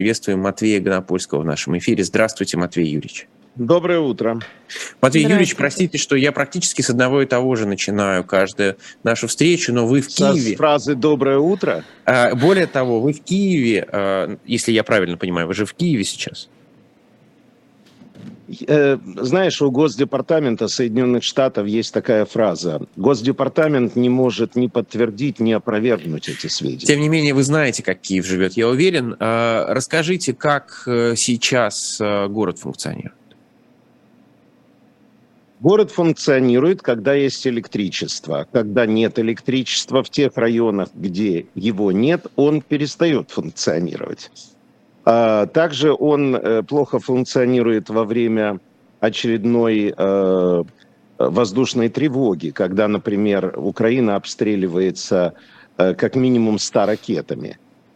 Приветствуем Матвея Гонопольского в нашем эфире. Здравствуйте, Матвей Юрьевич. Доброе утро. Матвей Юрьевич, простите, что я практически с одного и того же начинаю каждую нашу встречу, но вы в Киеве. С фразы «доброе утро»? Более того, вы в Киеве, если я правильно понимаю, вы же в Киеве сейчас. Знаешь, у Госдепартамента Соединенных Штатов есть такая фраза. Госдепартамент не может ни подтвердить, ни опровергнуть эти сведения. Тем не менее, вы знаете, как Киев живет, я уверен. Расскажите, как сейчас город функционирует? Город функционирует, когда есть электричество. Когда нет электричества в тех районах, где его нет, он перестает функционировать. Также он плохо функционирует во время очередной воздушной тревоги, когда, например, Украина обстреливается как минимум 100 ракетами.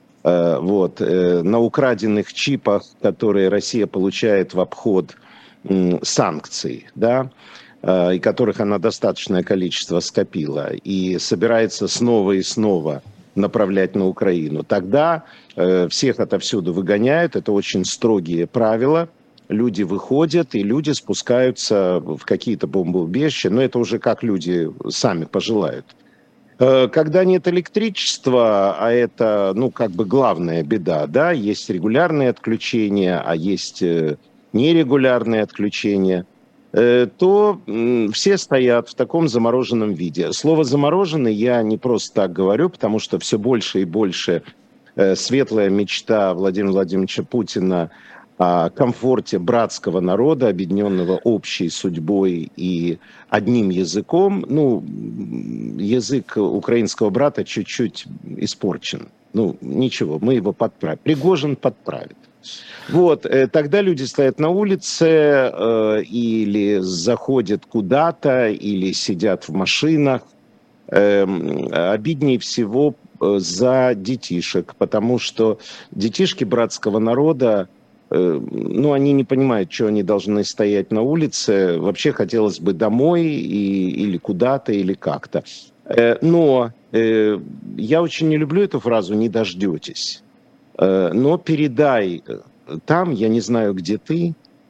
На украденных чипах, которые Россия получает в обход санкций, да, и которых она достаточное количество скопила, и собирается снова и снова направлять на Украину. Тогда всех отовсюду выгоняют, это очень строгие правила, люди выходят, и люди спускаются в какие-то бомбоубежища, но это уже как люди сами пожелают. Когда нет электричества, а это, главная беда, да, есть регулярные отключения, а есть нерегулярные отключения, то все стоят в таком замороженном виде. Слово «замороженный» я не просто так говорю, потому что все больше и больше светлая мечта Владимира Владимировича Путина о комфорте братского народа, объединенного общей судьбой и одним языком. Язык украинского брата чуть-чуть испорчен. Ничего, мы его подправим. Пригожин подправит. Тогда люди стоят на улице или заходят куда-то, или сидят в машинах. Обиднее всего за детишек, потому что детишки братского народа, они не понимают, что они должны стоять на улице. Вообще хотелось бы домой или куда-то, или как-то. Но я очень не люблю эту фразу «не дождетесь». Но передай там, я не знаю, где ты,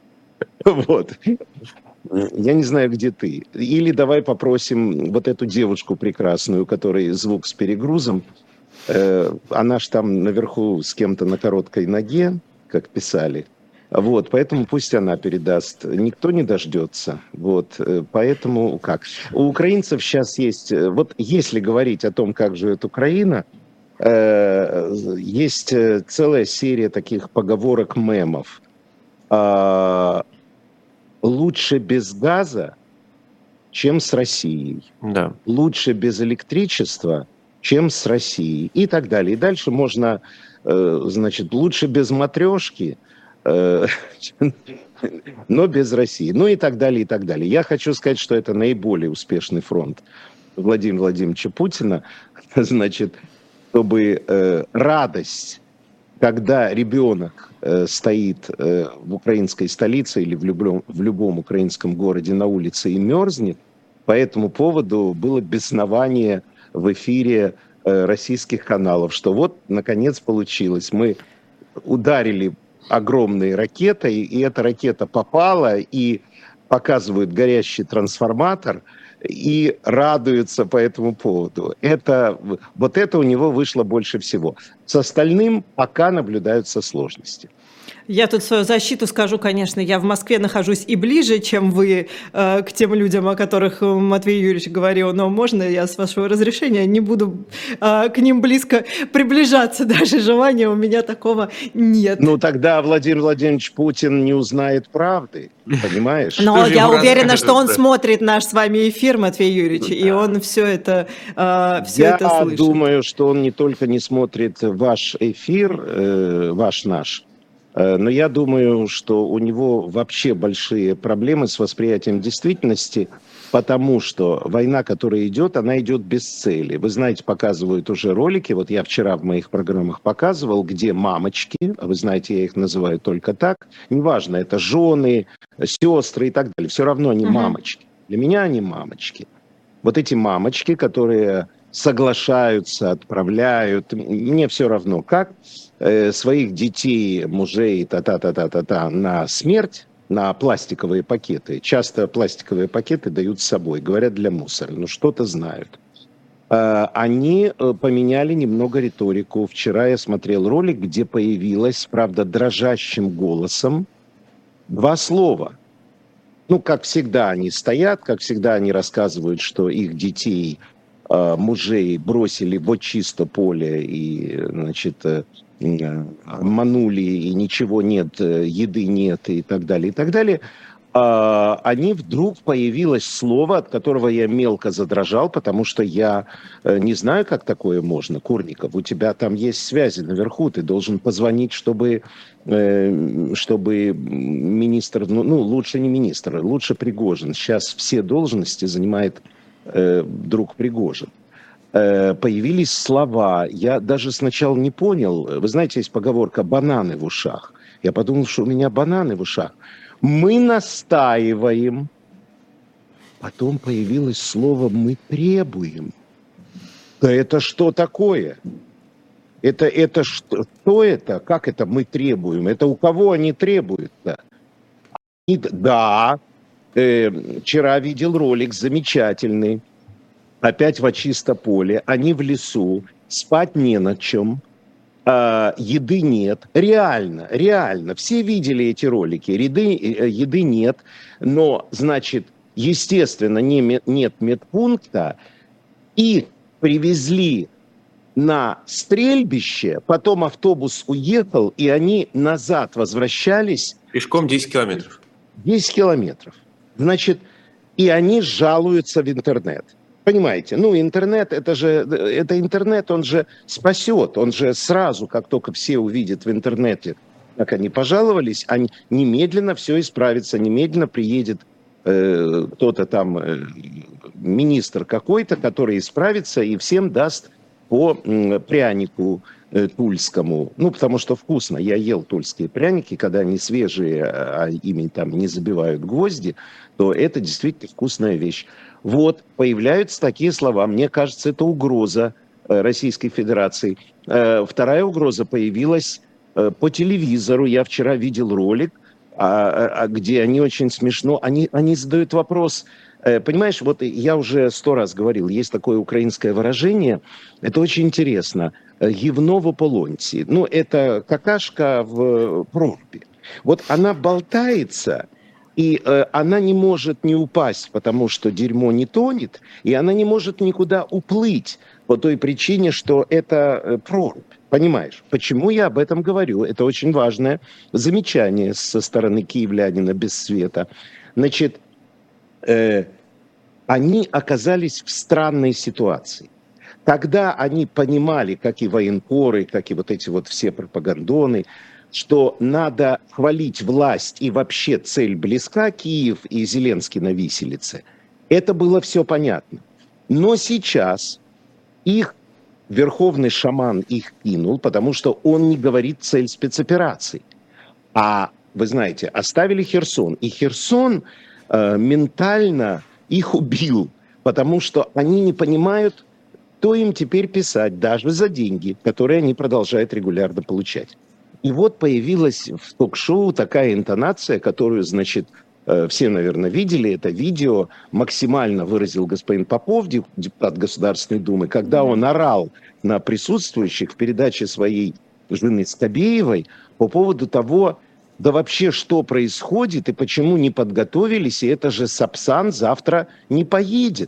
я не знаю, где ты. Или давай попросим вот эту девушку прекрасную, у которой звук с перегрузом, она ж там наверху с кем-то на короткой ноге, как писали, поэтому пусть она передаст. Никто не дождется. Поэтому как? У украинцев сейчас есть, если говорить о том, как живет Украина, есть целая серия таких поговорок, мемов. Лучше без газа, чем с Россией. Да. Лучше без электричества, чем с Россией. И так далее. И дальше можно, лучше без матрешки, но без России. И так далее, и так далее. Я хочу сказать, что это наиболее успешный фронт Владимира Владимировича Путина. Чтобы радость, когда ребенок стоит в украинской столице или в любом украинском городе на улице и мерзнет, по этому поводу было беснование в эфире российских каналов, что наконец получилось. Мы ударили огромной ракетой, и эта ракета попала, и показывают горящий трансформатор, и радуются по этому поводу. Это у него вышло больше всего. С остальным пока наблюдаются сложности. Я тут свою защиту скажу, конечно, я в Москве нахожусь и ближе, чем вы, к тем людям, о которых Матвей Юрьевич говорил, но можно я, с вашего разрешения, не буду к ним близко приближаться, даже желания у меня такого нет. Тогда Владимир Владимирович Путин не узнает правды, понимаешь? Но я уверена, что он смотрит наш с вами эфир, Матвей Юрьевич, и он все это слышит. Я думаю, что он не только не смотрит ваш эфир, наш, но я думаю, что у него вообще большие проблемы с восприятием действительности, потому что война, которая идет, она идет без цели. Вы знаете, показывают уже ролики, я вчера в моих программах показывал, где мамочки, вы знаете, я их называю только так, неважно, это жены, сестры и так далее, все равно они мамочки. Для меня они мамочки. Эти мамочки, которые соглашаются, отправляют, мне все равно как, своих детей, мужей, та-та-та-та-та-та, на смерть, на пластиковые пакеты. Часто пластиковые пакеты дают с собой, говорят, для мусора, но что-то знают. Они поменяли немного риторику. Вчера я смотрел ролик, где появилось, правда, дрожащим голосом 2 слова. Ну, как всегда, они стоят, как всегда, они рассказывают, что их детей, мужей бросили в чисто поле и, значит, обманули, и ничего нет, еды нет, и так далее, и так далее. Они вдруг появилось слово, от которого я мелко задрожал, потому что я не знаю, как такое можно. Курников, у тебя там есть связи наверху, ты должен позвонить, чтобы министр, ну, лучше не министр, лучше Пригожин. Сейчас все должности занимает друг Пригожин. Появились слова, я даже сначала не понял, вы знаете, есть поговорка «бананы в ушах». Я подумал, что у меня бананы в ушах. Мы настаиваем. Потом появилось слово «мы требуем». Да это что такое? Это что это? Как это мы требуем? Это у кого они требуют-то? Да, вчера видел ролик замечательный. Опять в чисто поле. Они в лесу. Спать не на чем. Еды нет. Реально. Все видели эти ролики. Еды нет. Но, значит, естественно, нет медпункта. Их привезли на стрельбище. Потом автобус уехал, и они назад возвращались. Пешком 10 километров. 10 километров. Значит, и они жалуются в интернет. Понимаете, ну интернет, это интернет, он же спасет, он же сразу, как только все увидят в интернете, как они пожаловались, они немедленно все исправится, немедленно приедет кто-то там, министр какой-то, который исправится и всем даст по прянику тульскому, ну потому что вкусно, я ел тульские пряники, когда они свежие, а ими там не забивают гвозди, то это действительно вкусная вещь. Вот, появляются такие слова. Мне кажется, это угроза Российской Федерации. Вторая угроза появилась по телевизору. Я вчера видел ролик, где они очень смешно... Они задают вопрос... Понимаешь, вот я уже 100 раз говорил, есть такое украинское выражение, это очень интересно. Гивно в ополонці. Ну, это какашка в проруби. Вот она болтается... И она не может не упасть, потому что дерьмо не тонет, и она не может никуда уплыть по той причине, что это прорубь. Понимаешь, почему я об этом говорю? Это очень важное замечание со стороны киевлянина без света. Значит, они оказались в странной ситуации. Тогда они понимали, как и военкоры, как и вот эти вот все пропагандоны, что надо хвалить власть и вообще цель близка, Киев и Зеленский на виселице. Это было все понятно. Но сейчас их верховный шаман их кинул, потому что он не говорит цель спецоперации. А вы знаете, оставили Херсон. И Херсон ментально их убил, потому что они не понимают, что им теперь писать, даже за деньги, которые они продолжают регулярно получать. И вот появилась в ток-шоу такая интонация, которую, значит, все, наверное, видели. Это видео максимально выразил господин Попов, депутат Государственной Думы, когда он орал на присутствующих в передаче своей жены Скобеевой по поводу того, да вообще что происходит и почему не подготовились, и это же Сапсан завтра не поедет.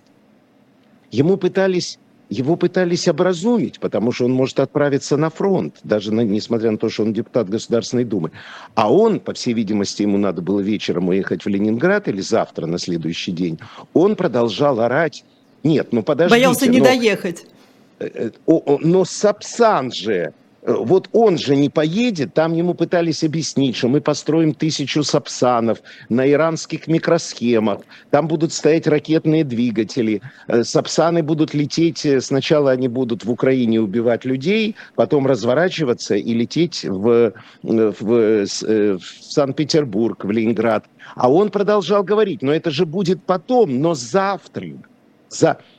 Его пытались образумить, потому что он может отправиться на фронт, даже несмотря на то, что он депутат Государственной Думы. А он, по всей видимости, ему надо было вечером уехать в Ленинград или завтра, на следующий день. Он продолжал орать. Нет, ну подождите. Боялся не доехать. Но Сапсан же... Вот он же не поедет, там ему пытались объяснить, что мы построим 1000 сапсанов на иранских микросхемах, там будут стоять ракетные двигатели, сапсаны будут лететь, сначала они будут в Украине убивать людей, потом разворачиваться и лететь в Санкт-Петербург, в Ленинград. А он продолжал говорить, но это же будет потом, но завтра.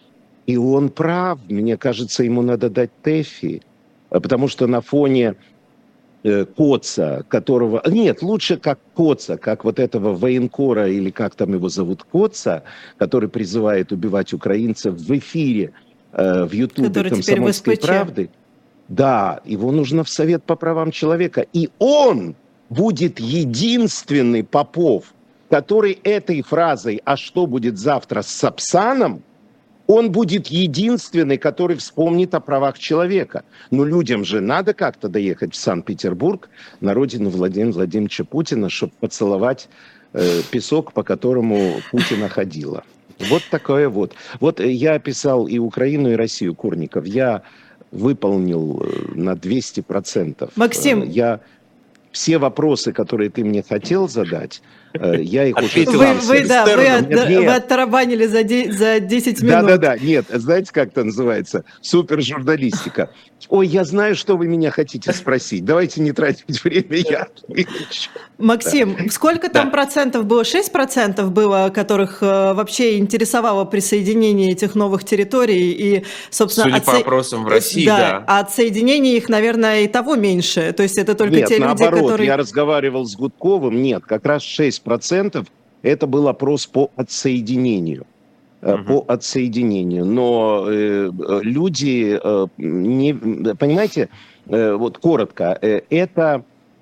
И он прав. Мне кажется, ему надо дать ТЭФИ. Потому что на фоне Коца, которого... Нет, лучше как Коца, как вот этого военкора, или как там его зовут, Коца, который призывает убивать украинцев в эфире в Ютубе «Комсомольской правды». Да, его нужно в Совет по правам человека. И он будет единственный Попов, который этой фразой «А что будет завтра с Сапсаном?» он будет единственный, который вспомнит о правах человека. Но людям же надо как-то доехать в Санкт-Петербург, на родину Владимира Владимировича Путина, чтобы поцеловать песок, по которому Путина ходила. Вот такое вот. Вот я описал и Украину, и Россию, Курников. Я выполнил на 200%. Максим. Все вопросы, которые ты мне хотел задать, я их уже... Вы оттарабанили за 10 минут. Да-да-да, нет, знаете, как это называется? Супержурналистика. Ой, я знаю, что вы меня хотите спросить. Давайте не тратить время, я выключу. Максим, сколько там процентов было? 6% было, которых вообще интересовало присоединение этих новых территорий? И, собственно, судя по опросам в России, да. А отсоединение их, наверное, и того меньше. То есть это только те люди, которые... я разговаривал с Гудковым. Нет, как раз 6% это был опрос по отсоединению. По отсоединению. Но люди, не, понимаете, вот коротко, это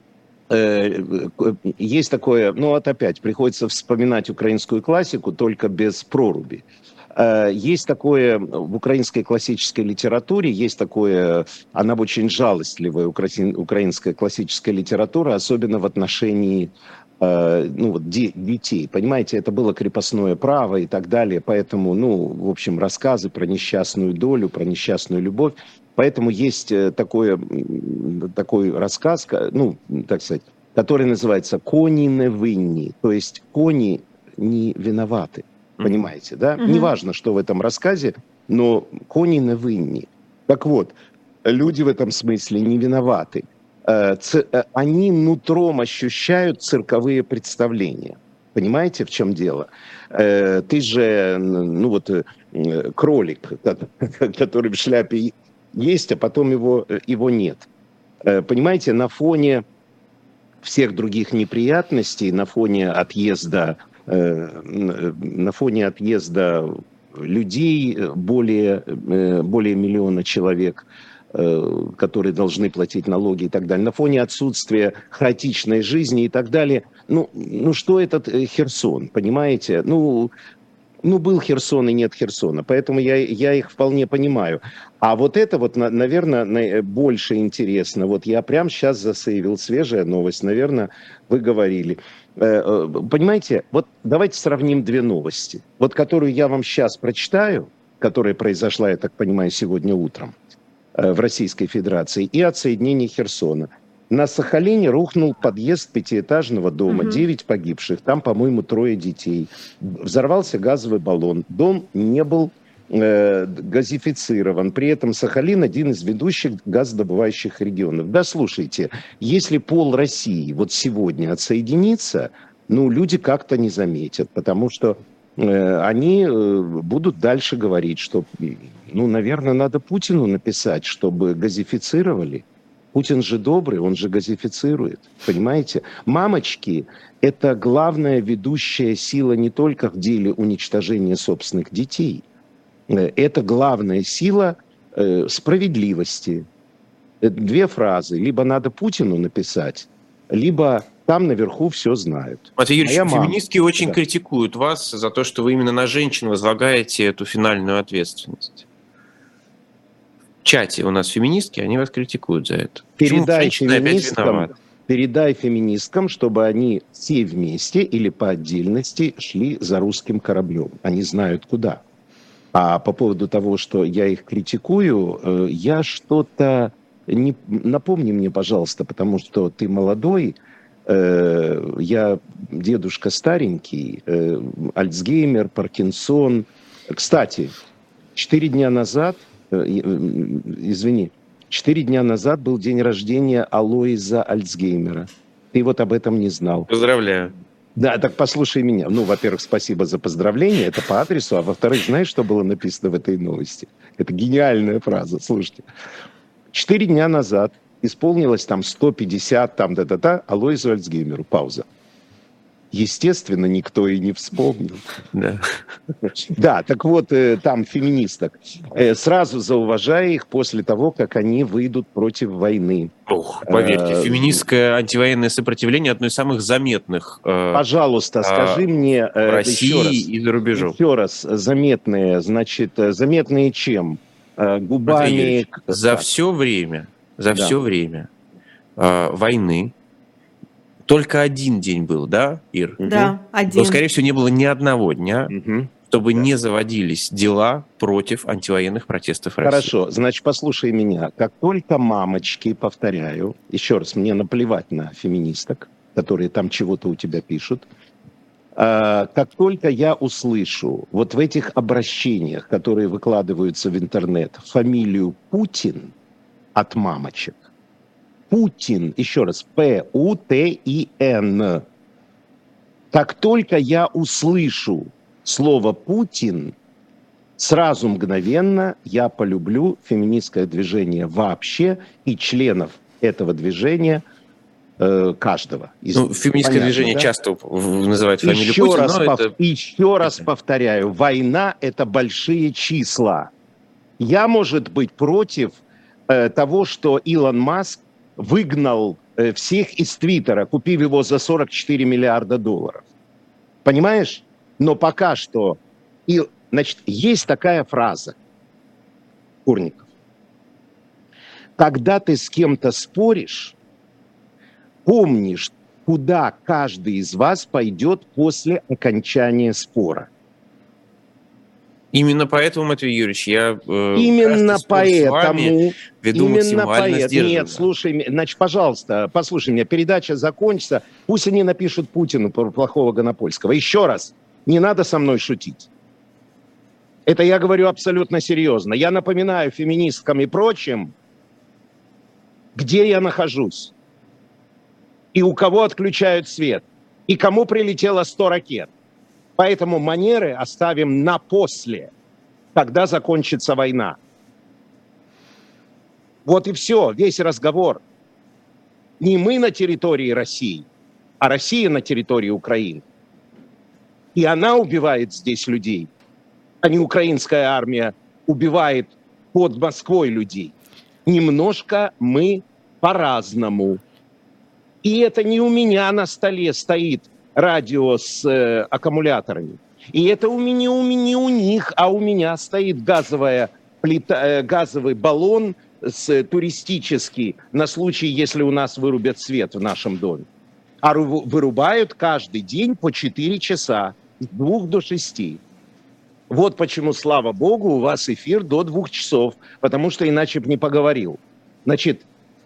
есть такое, ну вот опять приходится вспоминать украинскую классику, только без проруби. Есть такое в украинской классической литературе, есть такое, она очень жалостливая, украинская классическая литература, особенно в отношении детей. Понимаете, это было крепостное право и так далее. Поэтому, в общем, рассказы про несчастную долю, про несчастную любовь. Поэтому есть такой рассказ, так сказать, который называется «Кони не винні». То есть кони не виноваты. Понимаете, да? Неважно, что в этом рассказе, но кони не винні. Так вот, люди в этом смысле не виноваты. Они нутром ощущают цирковые представления. Понимаете, в чем дело? Ты же, кролик, который в шляпе есть, а потом его нет. Понимаете, на фоне всех других неприятностей, на фоне отъезда людей, более миллиона человек, которые должны платить налоги и так далее, на фоне отсутствия хаотичной жизни и так далее. Что этот Херсон, понимаете? Был Херсон и нет Херсона, поэтому я их вполне понимаю. А вот это вот, наверное, больше интересно. Вот я прямо сейчас засейвил, свежая новость, наверное, вы говорили. Понимаете, вот давайте сравним две новости. Вот которую я вам сейчас прочитаю, которая произошла, я так понимаю, сегодня утром в Российской Федерации, и отсоединение Херсона. На Сахалине рухнул подъезд пятиэтажного дома, 9 погибших, там, по-моему, 3 детей. Взорвался газовый баллон, дом не был газифицирован. При этом Сахалин один из ведущих газодобывающих регионов. Да, слушайте, если пол России вот сегодня отсоединится, люди как-то не заметят, потому что они будут дальше говорить, что, наверное, надо Путину написать, чтобы газифицировали. Путин же добрый, он же газифицирует, понимаете? Мамочки – это главная ведущая сила не только в деле уничтожения собственных детей. Это главная сила справедливости. 2 фразы. Либо надо Путину написать, либо там наверху все знают. Матвей Юрьевич, феминистки очень критикуют вас за то, что вы именно на женщин возлагаете эту финальную ответственность. В чате у нас феминистки, они вас критикуют за это. Передай феминисткам, чтобы они все вместе или по отдельности шли за русским кораблем. Они знают куда. А по поводу того, что я их критикую, я что-то... Напомни мне, пожалуйста, потому что ты молодой, я дедушка старенький, Альцгеймер, Паркинсон. Кстати, 4 дня назад был день рождения Алоиза Альцгеймера. Ты вот об этом не знал. Поздравляю. Да, так послушай меня. Ну, во-первых, спасибо за поздравление, это по адресу, а во-вторых, знаешь, что было написано в этой новости? Это гениальная фраза, слушайте. 4 дня назад исполнилось там 150, там Алоизу Альцгеймеру. Пауза. Естественно, никто и не вспомнил. Да. Да, так вот, там феминисток. Сразу зауважая их после того, как они выйдут против войны. Ох, поверьте, феминистское антивоенное сопротивление одно из самых заметных пожалуйста, скажи мне в России и за рубежом. Еще раз, заметные, значит, заметные чем? Губами... За все время войны только один день был, да, Ир? Да, один. Но, скорее всего, не было ни одного дня, чтобы не заводились дела против антивоенных протестов России. Хорошо, значит, послушай меня. Как только мамочки, повторяю, еще раз, мне наплевать на феминисток, которые там чего-то у тебя пишут, как только я услышу вот в этих обращениях, которые выкладываются в интернет, фамилию Путин от мамочек, Путин, еще раз, Путин. Как только я услышу слово «Путин», сразу мгновенно я полюблю феминистское движение вообще и членов этого движения каждого. Феминистское движение часто называют фамилию Путина. Еще раз повторяю, война – это большие числа. Я, может быть, против того, что Илон Маск выгнал всех из Твиттера, купив его за $44 миллиарда. Понимаешь? Но пока что... Значит, есть такая фраза, Курников. Когда ты с кем-то споришь, помнишь, куда каждый из вас пойдет после окончания спора. Именно поэтому, Матвей Юрьевич, я именно поэтому веду максимально сдержанно. Нет, слушай, значит, пожалуйста, послушай меня, передача закончится, пусть они напишут Путину про плохого Гонопольского. Еще раз, не надо со мной шутить. Это я говорю абсолютно серьезно. Я напоминаю феминисткам и прочим, где я нахожусь, и у кого отключают свет, и кому прилетело 100 ракет. Поэтому манеры оставим на после, когда закончится война. Вот и все, весь разговор. Не мы на территории России, а Россия на территории Украины. И она убивает здесь людей, а не украинская армия убивает под Москвой людей. Немножко мы по-разному. И это не у меня на столе стоит радио с аккумуляторами. И это не у них, а у меня стоит газовый баллон туристический на случай, если у нас вырубят свет в нашем доме. А вырубают каждый день по 4 часа, с 2 до 6. Вот почему, слава богу, у вас эфир до 2 часов, потому что иначе бы не поговорил. Значит,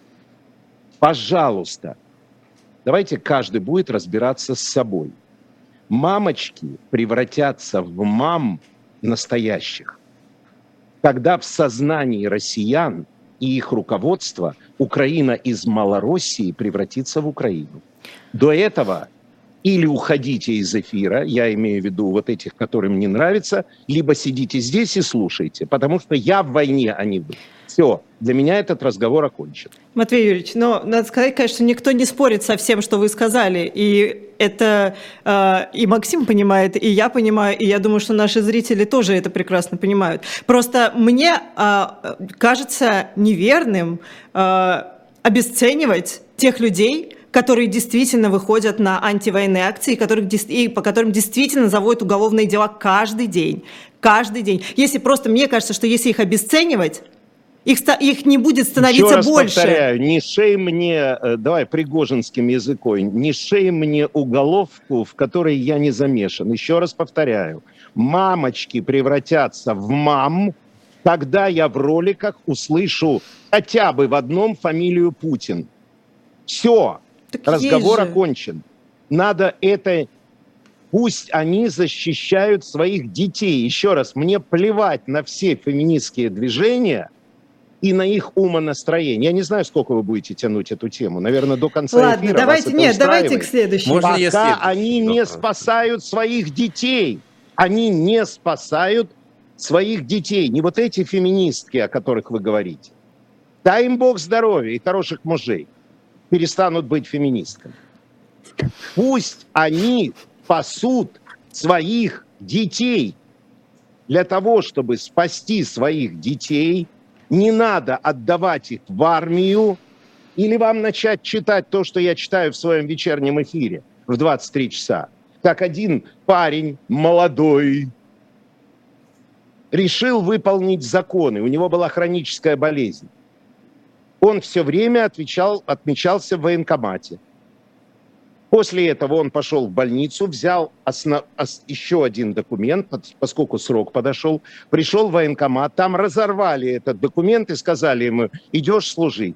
пожалуйста, давайте каждый будет разбираться с собой. Мамочки превратятся в мам настоящих, когда в сознании россиян и их руководства Украина из Малороссии превратится в Украину. До этого или уходите из эфира, я имею в виду вот этих, которым не нравится, либо сидите здесь и слушайте, потому что я в войне, а не вы. Все, для меня этот разговор окончен. Матвей Юрьевич, но надо сказать, конечно, никто не спорит со всем, что вы сказали, и это и Максим понимает, и я понимаю, и я думаю, что наши зрители тоже это прекрасно понимают. Просто мне кажется неверным обесценивать тех людей, которые действительно выходят на антивоенные акции, по которым действительно заводят уголовные дела каждый день. Каждый день. Если просто, мне кажется, что если их обесценивать, их не будет становиться еще раз больше. Повторяю, не шей мне, давай пригожинским языком, не шей мне уголовку, в которой я не замешан. Еще раз повторяю, мамочки превратятся в мам, когда я в роликах услышу хотя бы в одном фамилию Путин. Все, так разговор окончен. Надо это... Пусть они защищают своих детей. Еще раз, мне плевать на все феминистские движения, и на их умонастроение. Я не знаю, сколько вы будете тянуть эту тему. Наверное, до конца Ладно, эфира давайте, вас это давайте к следующему. Можно я Пока следующий они не вопрос? спасают своих детей. Они не спасают своих детей. Не вот эти феминистки, о которых вы говорите. Дай им Бог здоровья и хороших мужей. Перестанут быть феминистками. Пусть они спасут своих детей. Для того, чтобы спасти своих детей, не надо отдавать их в армию или вам начать читать то, что я читаю в своем вечернем эфире в 23 часа. Как один парень молодой решил выполнить законы. У него была хроническая болезнь. Он все время отмечался в военкомате. После этого он пошел в больницу, взял еще один документ, поскольку срок подошел, пришел в военкомат, там разорвали этот документ и сказали ему: идешь служить.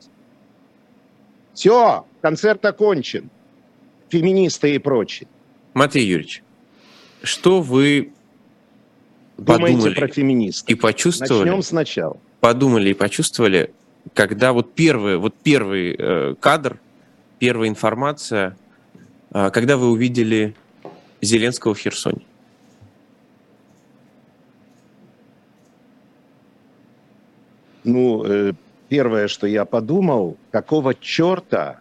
Все, концерт окончен. Феминисты и прочие. Матвей Юрьевич, что вы Думаете подумали про феминистов? и почувствовали? Начнем сначала. Подумали и почувствовали, когда первый кадр, первая информация, когда вы увидели Зеленского в Херсоне? Первое, что я подумал, какого черта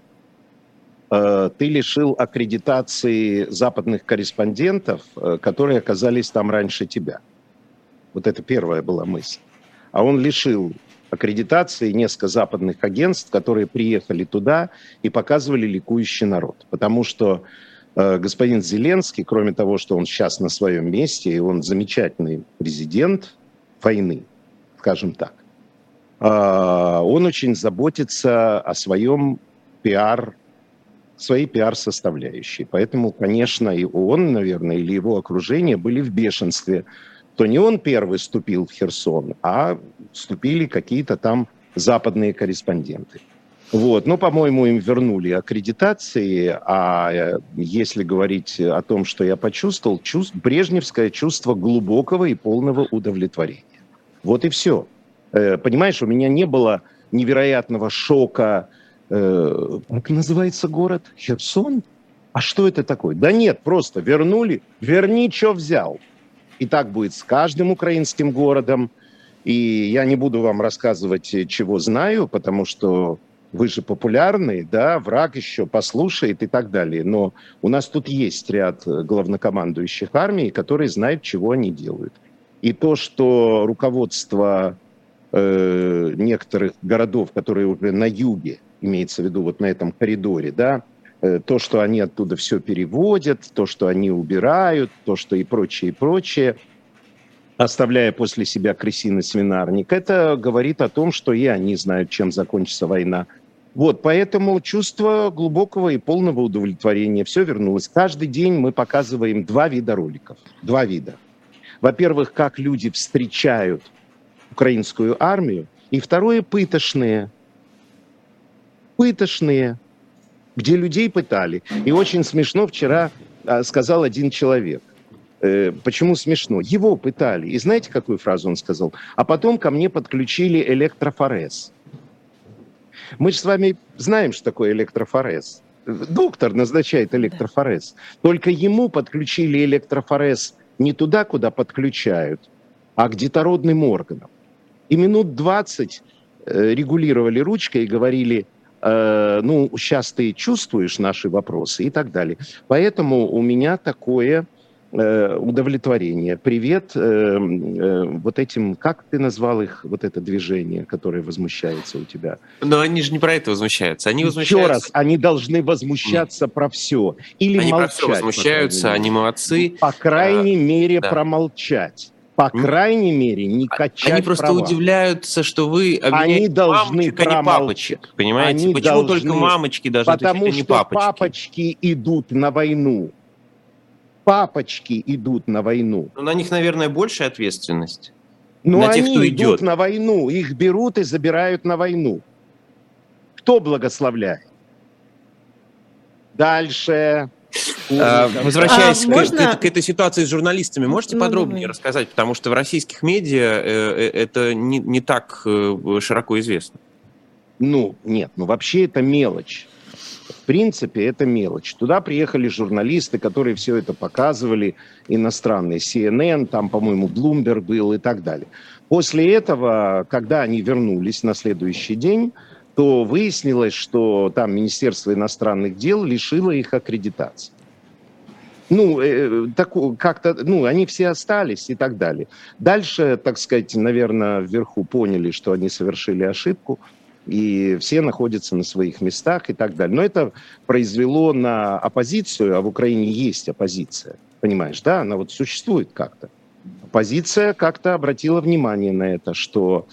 ты лишил аккредитации западных корреспондентов, которые оказались там раньше тебя? Вот это первая была мысль. А он лишил аккредитации несколько западных агентств, которые приехали туда и показывали ликующий народ. Потому что господин Зеленский, кроме того, что он сейчас на своем месте, и он замечательный президент войны, скажем так, он очень заботится о своем своей пиар-составляющей. Поэтому, конечно, и он, наверное, или его окружение были в бешенстве, то не он первый вступил в Херсон, а вступили какие-то там западные корреспонденты. Но, по-моему, им вернули аккредитации, а если говорить о том, что я почувствовал, брежневское чувство глубокого и полного удовлетворения. Вот и все. Понимаешь, у меня не было невероятного шока. Как называется город? Херсон? А что это такое? Да нет, просто вернули. Верни, что взял. И так будет с каждым украинским городом. И я не буду вам рассказывать, чего знаю, потому что вы же популярны, да, враг еще послушает и так далее. Но у нас тут есть ряд главнокомандующих армий, которые знают, чего они делают. И то, что руководство некоторых городов, которые уже на юге, имеется в виду вот на этом коридоре, да, то, что они оттуда все переводят, то, что они убирают, то, что и прочее, оставляя после себя крысиный свинарник, это говорит о том, что и они знают, чем закончится война. Поэтому чувство глубокого и полного удовлетворения. Все вернулось. Каждый день мы показываем 2 вида роликов. 2 вида. Во-первых, как люди встречают украинскую армию. И второе, пытошные, где людей пытали. И очень смешно вчера сказал один человек. Почему смешно? Его пытали. И знаете, какую фразу он сказал? А потом ко мне подключили электрофорез. Мы же с вами знаем, что такое электрофорез. Доктор назначает электрофорез. Только ему подключили электрофорез не туда, куда подключают, а к детородным органам. И минут 20 регулировали ручкой и говорили: сейчас ты чувствуешь наши вопросы и так далее. Поэтому у меня такое удовлетворение. Привет вот этим, как ты назвал их, вот это движение, которое возмущается у тебя? Но они же не про это возмущаются. Они возмущаются... Еще раз, они должны возмущаться про все. Или они молчать. Они про все возмущаются, они молодцы. По крайней мере, промолчать. По крайней мере, не качать Они просто права. Удивляются, что вы обвиняете мамочек, а не папочек. Понимаете? Они почему должны, только мамочки должны отвечать, а не папочки? Потому что папочки идут на войну. Папочки идут на войну. Но на них, наверное, большая ответственность. Но на тех, они кто идут идет на войну. Их берут и забирают на войну. Кто благословляет? Дальше. Возвращаясь можно... к этой ситуации с журналистами, можете подробнее давай рассказать, потому что в российских медиа это не так широко известно. Нет, вообще это мелочь. В принципе, это мелочь. Туда приехали журналисты, которые все это показывали, иностранные, CNN, там, по-моему, Bloomberg был и так далее. После этого, когда они вернулись на следующий день, то выяснилось, что там Министерство иностранных дел лишило их аккредитации. Они все остались и так далее. Дальше, так сказать, наверное, вверху поняли, что они совершили ошибку, и все находятся на своих местах и так далее. Но это произвело на оппозицию, а в Украине есть оппозиция, понимаешь, да, она вот существует как-то. Оппозиция как-то обратила внимание на это, что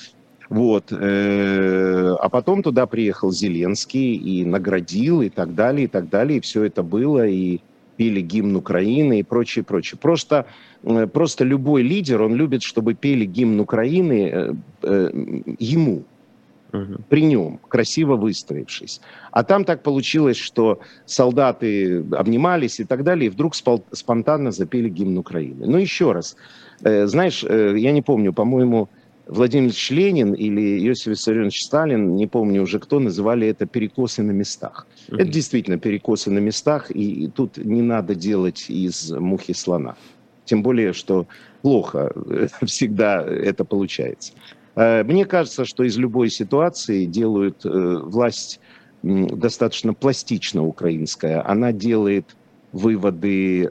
а потом туда приехал Зеленский и наградил и так далее, и все это было, и пели гимн Украины и прочее, прочее. Просто любой лидер, он любит, чтобы пели гимн Украины ему, при нем, красиво выстроившись. А там так получилось, что солдаты обнимались и так далее, и вдруг спонтанно запели гимн Украины. Еще раз, знаешь, я не помню, по-моему, Владимир Ильич Ленин или Иосиф Виссарионович Сталин, не помню уже кто, называли это перекосы на местах. Это действительно перекосы на местах, и тут не надо делать из мухи слона. Тем более, что плохо всегда это получается. Мне кажется, что из любой ситуации делают власть достаточно пластично украинская. Она делает выводы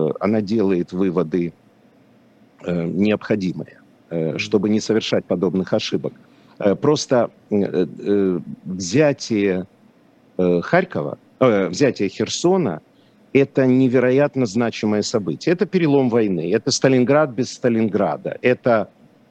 необходимые, чтобы не совершать подобных ошибок. Просто взятие Харькова, взятие Херсона – это невероятно значимое событие. Это перелом войны, это Сталинград без Сталинграда, это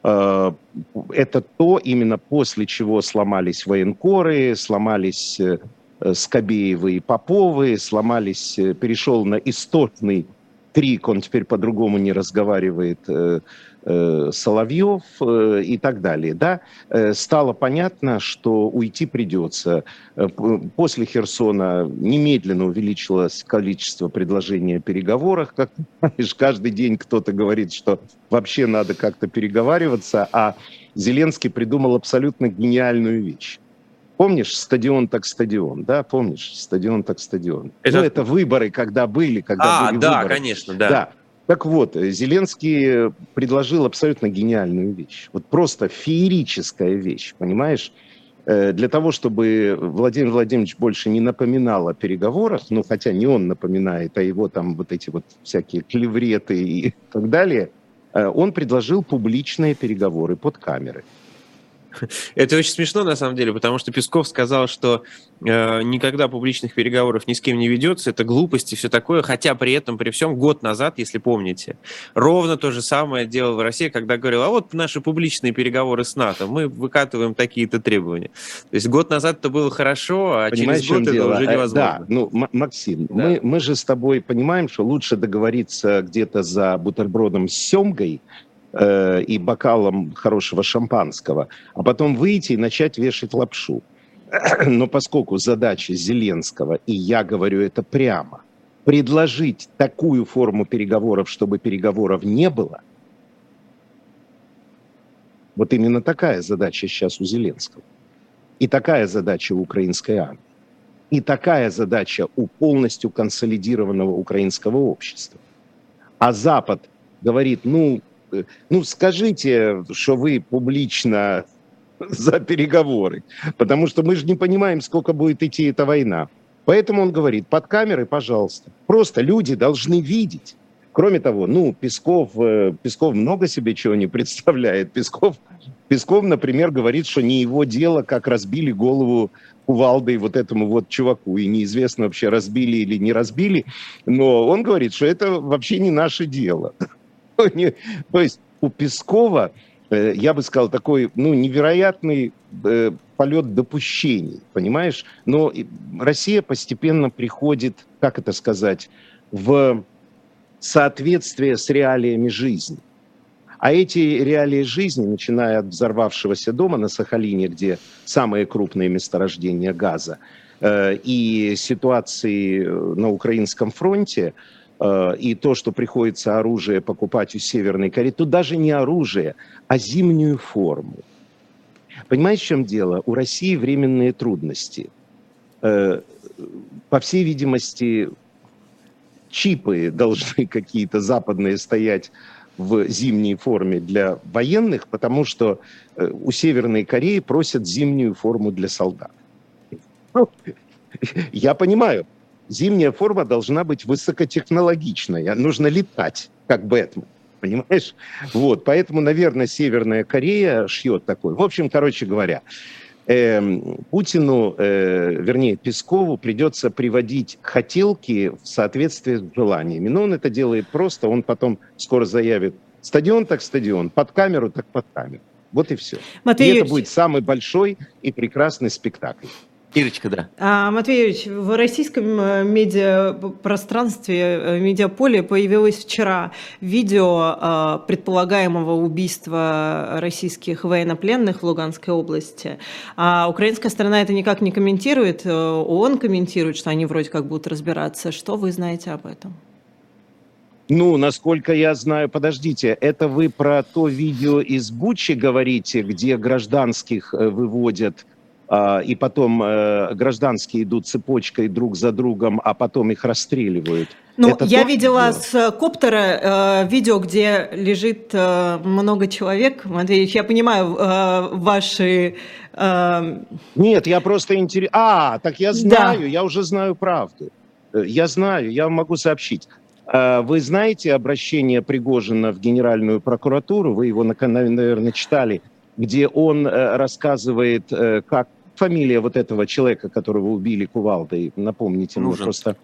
то, именно после чего сломались военкоры, сломались Скобеевы и Поповы, перешел на истотный крик, он теперь по-другому не разговаривает, Соловьев и так далее. Да? Стало понятно, что уйти придется. После Херсона немедленно увеличилось количество предложений о переговорах. Как знаешь, каждый день кто-то говорит, что вообще надо как-то переговариваться, а Зеленский придумал абсолютно гениальную вещь. Помнишь, стадион так стадион, да? Помнишь, стадион так стадион. Это выборы, когда были выборы. Да, конечно, да. Так вот, Зеленский предложил абсолютно гениальную вещь. Вот просто феерическая вещь, понимаешь? Для того, чтобы Владимир Владимирович больше не напоминал о переговорах, хотя не он напоминает, а его там вот эти вот всякие клевреты и так далее, он предложил публичные переговоры под камеры. Это очень смешно, на самом деле, потому что Песков сказал, что никогда публичных переговоров ни с кем не ведется, это глупость и все такое, хотя при этом, при всем, год назад, если помните, ровно то же самое делал в России, когда говорил, а вот наши публичные переговоры с НАТО, мы выкатываем такие-то требования. То есть год назад это было хорошо, а понимаешь, через год это уже невозможно. Да, Максим, да. Мы же с тобой понимаем, что лучше договориться где-то за бутербродом с семгой, и бокалом хорошего шампанского, а потом выйти и начать вешать лапшу. Но поскольку задача Зеленского, и я говорю это прямо, предложить такую форму переговоров, чтобы переговоров не было, вот именно такая задача сейчас у Зеленского. И такая задача у украинской армии. И такая задача у полностью консолидированного украинского общества. А Запад говорит, скажите, что вы публично за переговоры, потому что мы же не понимаем, сколько будет идти эта война. Поэтому он говорит, под камерой, пожалуйста. Просто люди должны видеть. Кроме того, Песков много себе чего не представляет. Песков, например, говорит, что не его дело, как разбили голову кувалдой вот этому вот чуваку. И неизвестно вообще, разбили или не разбили. Но он говорит, что это вообще не наше дело. То есть у Пескова, я бы сказал, такой невероятный полет допущений, понимаешь? Но Россия постепенно приходит, как это сказать, в соответствие с реалиями жизни. А эти реалии жизни, начиная от взорвавшегося дома на Сахалине, где самые крупные месторождения газа, и ситуации на украинском фронте, и то, что приходится оружие покупать у Северной Кореи, тут даже не оружие, а зимнюю форму. Понимаете, в чем дело? У России временные трудности. По всей видимости, чипы должны какие-то западные стоять в зимней форме для военных, потому что у Северной Кореи просят зимнюю форму для солдат. Ну, я понимаю, зимняя форма должна быть высокотехнологичная, нужно летать, как Бэтмен, понимаешь? Вот, поэтому, наверное, Северная Корея шьет такой. В общем, короче говоря, Путину, вернее, Пескову придется приводить хотелки в соответствии с желаниями. Но он это делает просто, он потом скоро заявит: стадион так стадион, под камеру так под камеру. Вот и все. Матвей и это Юрьевич, будет самый большой и прекрасный спектакль. Ирочка, да. Матвей Юрьевич, в российском медиапространстве, медиаполе появилось вчера видео предполагаемого убийства российских военнопленных в Луганской области. А украинская сторона это никак не комментирует, ООН комментирует, что они вроде как будут разбираться. Что вы знаете об этом? Ну, насколько я знаю, подождите, это вы про то видео из Бучи говорите, где гражданских выводят, и потом гражданские идут цепочкой друг за другом, а потом их расстреливают? Ну, это я то видела видео? с коптера видео, где лежит много человек. Матвей Ильич, я понимаю ваши... Нет, я просто интересен. Так я знаю, Да. я уже знаю правду. Я знаю, я вам могу сообщить. Вы знаете обращение Пригожина в Генеральную прокуратуру? Вы его, наверное, читали, где он рассказывает, как фамилия вот этого человека, которого убили кувалдой, напомните мне просто.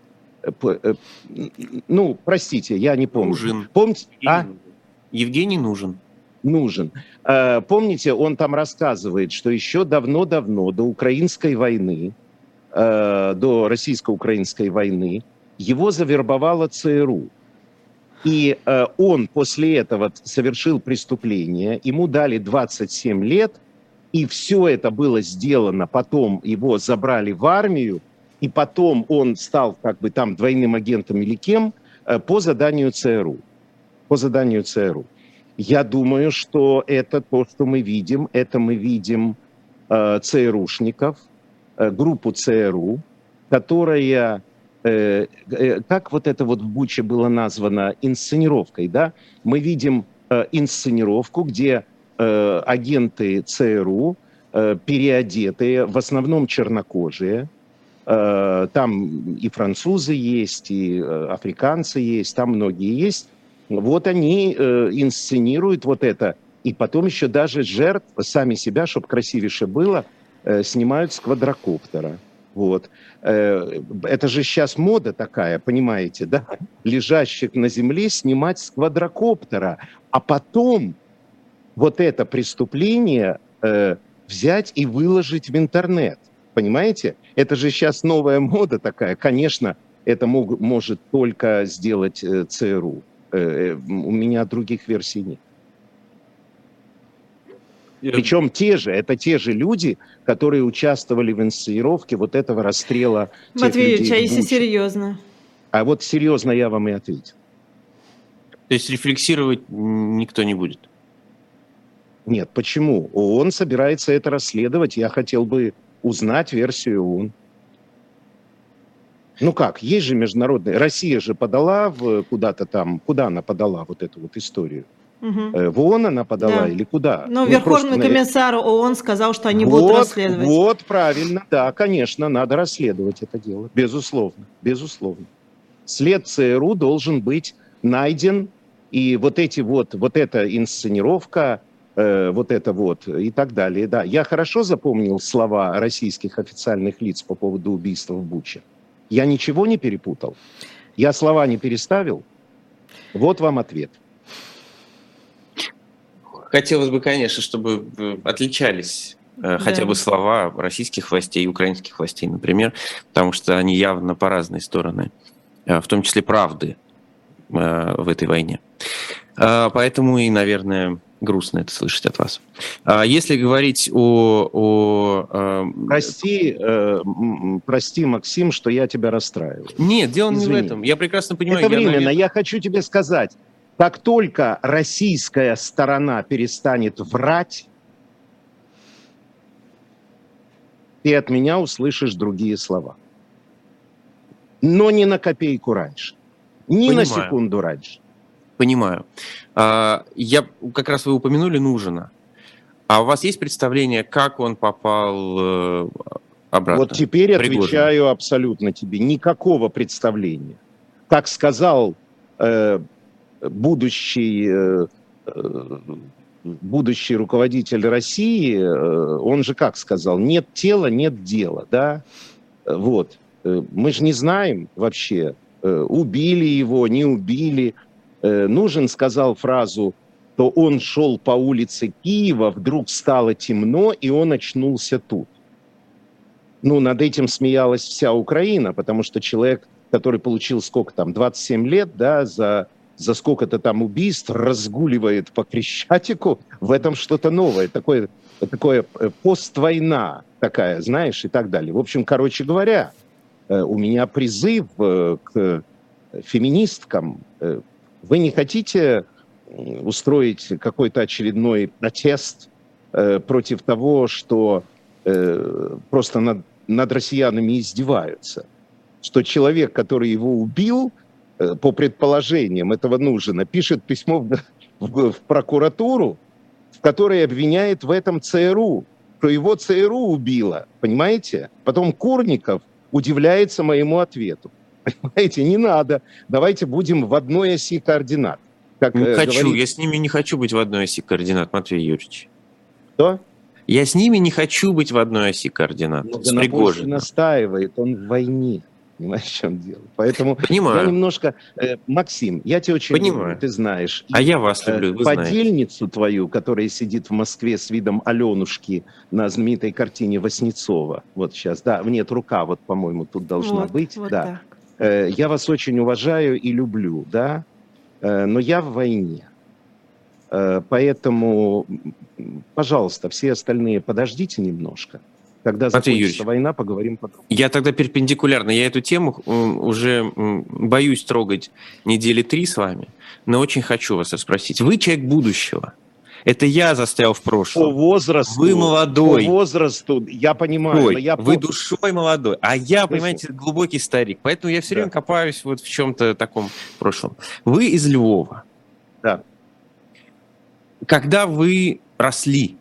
Ну, простите, я не помню. Нужен. Помните? Евгений Нужен. Нужен. Помните, он там рассказывает, что еще давно-давно, до украинской войны, до российско-украинской войны, его завербовала ЦРУ. И он после этого совершил преступление, ему дали 27 лет, и все это было сделано, потом его забрали в армию, и потом он стал как бы там двойным агентом или кем по заданию ЦРУ. По заданию ЦРУ. Я думаю, что это то, что мы видим. Это мы видим ЦРУшников, группу ЦРУ, которая... как вот это вот в Буче было названо инсценировкой, да? Мы видим инсценировку, где агенты ЦРУ, переодетые, в основном чернокожие, там и французы есть, и африканцы есть, там многие есть. Вот они инсценируют вот это, и потом еще даже жертв, сами себя, чтобы красивейше было, снимают с квадрокоптера. Вот. Это же сейчас мода такая, понимаете, да? Лежащих на земле снимать с квадрокоптера, а потом вот это преступление взять и выложить в интернет. Понимаете? Это же сейчас новая мода такая. Конечно, это может только сделать ЦРУ. У меня других версий нет. Причем это те же люди, которые участвовали в инсценировке вот этого расстрела тех Матвей Ильич, людей а в если Буче. серьезно? А вот серьезно я вам и ответил. То есть рефлексировать никто не будет? Нет, почему? ООН собирается это расследовать. Я хотел бы узнать версию ООН. Ну как, есть же международная... Россия же подала куда-то там... Куда она подала вот эту вот историю? Угу. В ООН она подала Да. или куда? Но Ну, Верховный просто, комиссар ООН сказал, что они будут расследовать. Вот, правильно, да, конечно, надо расследовать это дело. Безусловно, безусловно. След ЦРУ должен быть найден, и вот эта инсценировка, вот это вот и так далее. Да. Я хорошо запомнил слова российских официальных лиц по поводу убийства в Буче. Я ничего не перепутал. Я слова не переставил. Вот вам ответ. Хотелось бы, конечно, чтобы отличались хотя бы слова российских властей и украинских властей, например, потому что они явно по разные стороны, в том числе правды в этой войне. Поэтому и, наверное, грустно это слышать от вас. Если говорить Прости, Максим, что я тебя расстраиваю. Нет, дело Извини. не в этом. Я прекрасно понимаю. Это временно. Я хочу тебе сказать, как только российская сторона перестанет врать, ты от меня услышишь другие слова. Но не на копейку раньше. Ни на секунду раньше. Понимаю. Я, как раз вы упомянули Нужина. А у вас есть представление, как он попал обратно? Вот теперь Пригожин? Отвечаю абсолютно тебе. Никакого представления. Как сказал будущий руководитель России, он же как сказал, нет тела, нет дела, да? Вот. Мы же не знаем вообще, убили его, не убили. Нужен сказал фразу, что он шел по улице Киева, вдруг стало темно, и он очнулся тут. Ну, над этим смеялась вся Украина, потому что человек, который получил сколько там, 27 лет, да, за сколько-то там убийств, разгуливает по Крещатику, в этом что-то новое, такое поствойна такая, знаешь, и так далее. В общем, короче говоря, у меня призыв к феминисткам. Вы не хотите устроить какой-то очередной протест против того, что просто над россиянами издеваются? Что человек, который его убил, по предположениям этого Нужина, пишет письмо в прокуратуру, в которой обвиняет в этом ЦРУ, что его ЦРУ убило, понимаете? Потом Курников удивляется моему ответу. Понимаете, не надо. Давайте будем в одной оси координат. Как, не хочу, я с ними не хочу быть в одной оси координат, Матвей Юрьевич. Что? Я с ними не хочу быть в одной оси координат. С Пригожиным настаивает, он в войне. Понимаешь, в чем дело? Поэтому я немножко... Максим, я тебя очень люблю, ты знаешь. А я вас люблю, вы знаете. Подельницу твою, которая сидит в Москве с видом Аленушки на знаменитой картине Васнецова. Вот сейчас, да, нет, рука вот, по-моему, тут должна быть. Вот да. Я вас очень уважаю и люблю, да, но я в войне. Поэтому, пожалуйста, все остальные подождите немножко. Когда закончится война, поговорим потом. Я тогда перпендикулярно. Я эту тему уже боюсь трогать недели 3 с вами, но очень хочу вас расспросить. Вы человек будущего. Это я застрял в прошлом. По возрасту. Вы молодой. По возрасту, я понимаю. Вы душой молодой. А я, понимаете, глубокий старик. Поэтому я все время копаюсь вот в чем-то таком прошлом. Вы из Львова. Да. Когда вы росли,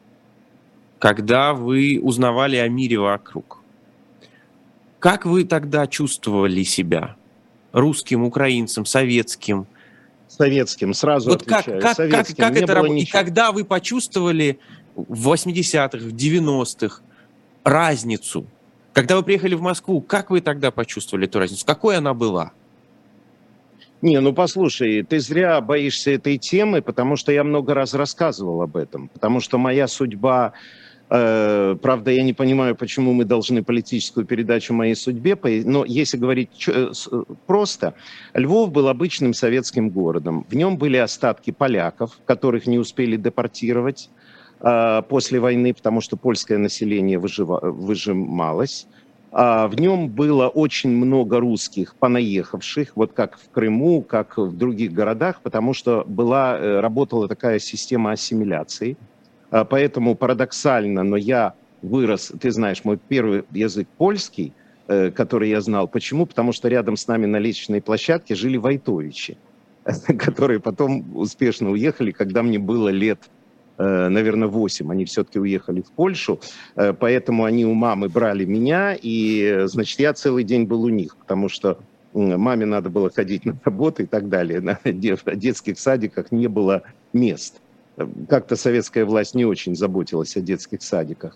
когда вы узнавали о мире вокруг, как вы тогда чувствовали себя? Русским, украинцем, советским? Советским, сразу вот отвечаю. Как это работает? И когда вы почувствовали в 80-х, в 90-х разницу? Когда вы приехали в Москву, как вы тогда почувствовали эту разницу? Какой она была? Не, ну послушай, ты зря боишься этой темы, потому что я много раз рассказывал об этом. Потому что моя судьба... Правда, я не понимаю, почему мы должны политическую передачу моей судьбе, но если говорить просто, Львов был обычным советским городом. В нем были остатки поляков, которых не успели депортировать после войны, потому что польское население выжималось. В нем было очень много русских, понаехавших, вот как в Крыму, как в других городах, потому что работала такая система ассимиляции. Поэтому парадоксально, но я вырос, ты знаешь, мой первый язык польский, который я знал. Почему? Потому что рядом с нами на лестничной площадке жили войтовичи, которые потом успешно уехали, когда мне было лет, наверное, 8. Они все-таки уехали в Польшу, поэтому они у мамы брали меня, и, значит, я целый день был у них, потому что маме надо было ходить на работу и так далее. В детских садиках не было мест. Как-то советская власть не очень заботилась о детских садиках.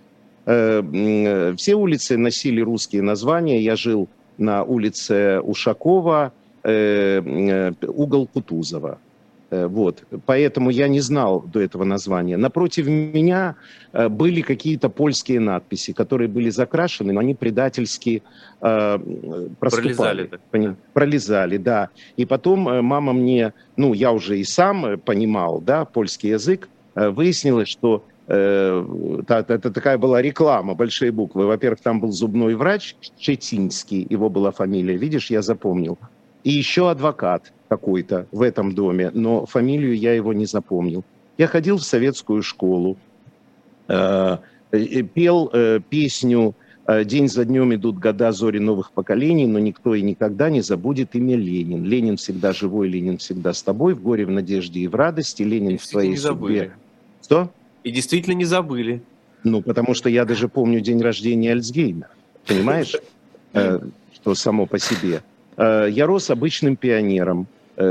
Все улицы носили русские названия. Я жил на улице Ушакова, угол Кутузова. Вот. Поэтому я не знал до этого названия. Напротив меня были какие-то польские надписи, которые были закрашены, но они предательски проступали. Пролезали, да. И потом мама мне, я уже и сам понимал, да, польский язык, выяснилось, что это такая была реклама, большие буквы. Во-первых, там был зубной врач Щетинский, его была фамилия, видишь, я запомнил. И еще адвокат какой-то в этом доме, но фамилию я его не запомнил. Я ходил в советскую школу, пел песню «День за днем идут года, зори новых поколений, но никто и никогда не забудет имя Ленин. Ленин всегда живой, Ленин всегда с тобой, в горе, в надежде и в радости, Ленин в твоей судьбе». Что? И действительно не забыли. Потому что я даже помню день рождения Альцгеймера. Понимаешь, что само по себе. Я рос обычным пионером,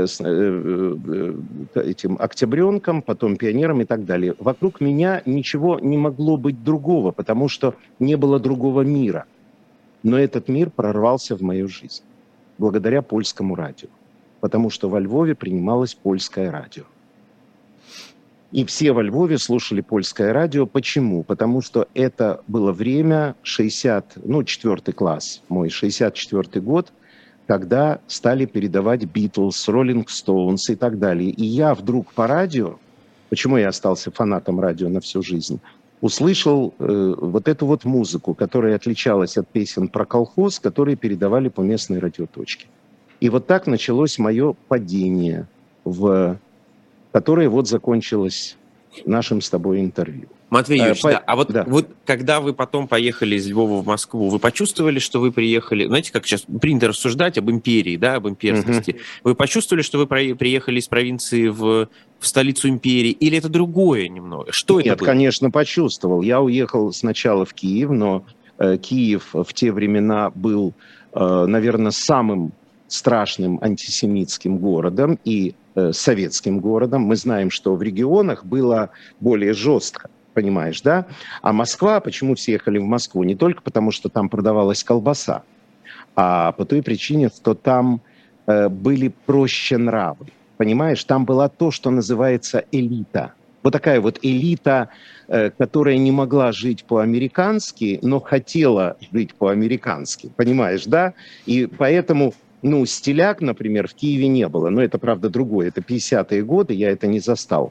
этим октябренком, потом пионером и так далее. Вокруг меня ничего не могло быть другого, потому что не было другого мира. Но этот мир прорвался в мою жизнь благодаря польскому радио, потому что во Львове принималось польское радио. И все во Львове слушали польское радио. Почему? Потому что это было время 4 класс, мой 64-й год, когда стали передавать Битлз, Роллинг Стоунс и так далее. И я вдруг по радио, почему я остался фанатом радио на всю жизнь, услышал вот эту вот музыку, которая отличалась от песен про колхоз, которые передавали по местной радиоточке. И вот так началось мое падение, которое вот закончилось нашим с тобой интервью. Матвей Юрьевич, вот когда вы потом поехали из Львова в Москву, вы почувствовали, что вы приехали, знаете, как сейчас принято рассуждать об империи, да, об имперскости. Вы почувствовали, что вы приехали из провинции в столицу империи, или это другое немного? Что это было? Нет, конечно, почувствовал. Я уехал сначала в Киев, но Киев в те времена был, наверное, самым страшным антисемитским городом и советским городом. Мы знаем, что в регионах было более жестко. Понимаешь, да? А Москва, почему все ехали в Москву? Не только потому, что там продавалась колбаса, а по той причине, что там были проще нравы. Понимаешь, там была то, что называется элита. Вот такая вот элита, которая не могла жить по-американски, но хотела жить по-американски. Понимаешь, да? И поэтому, стиляк, например, в Киеве не было. Но это, правда, другое. Это 50-е годы, я это не застал.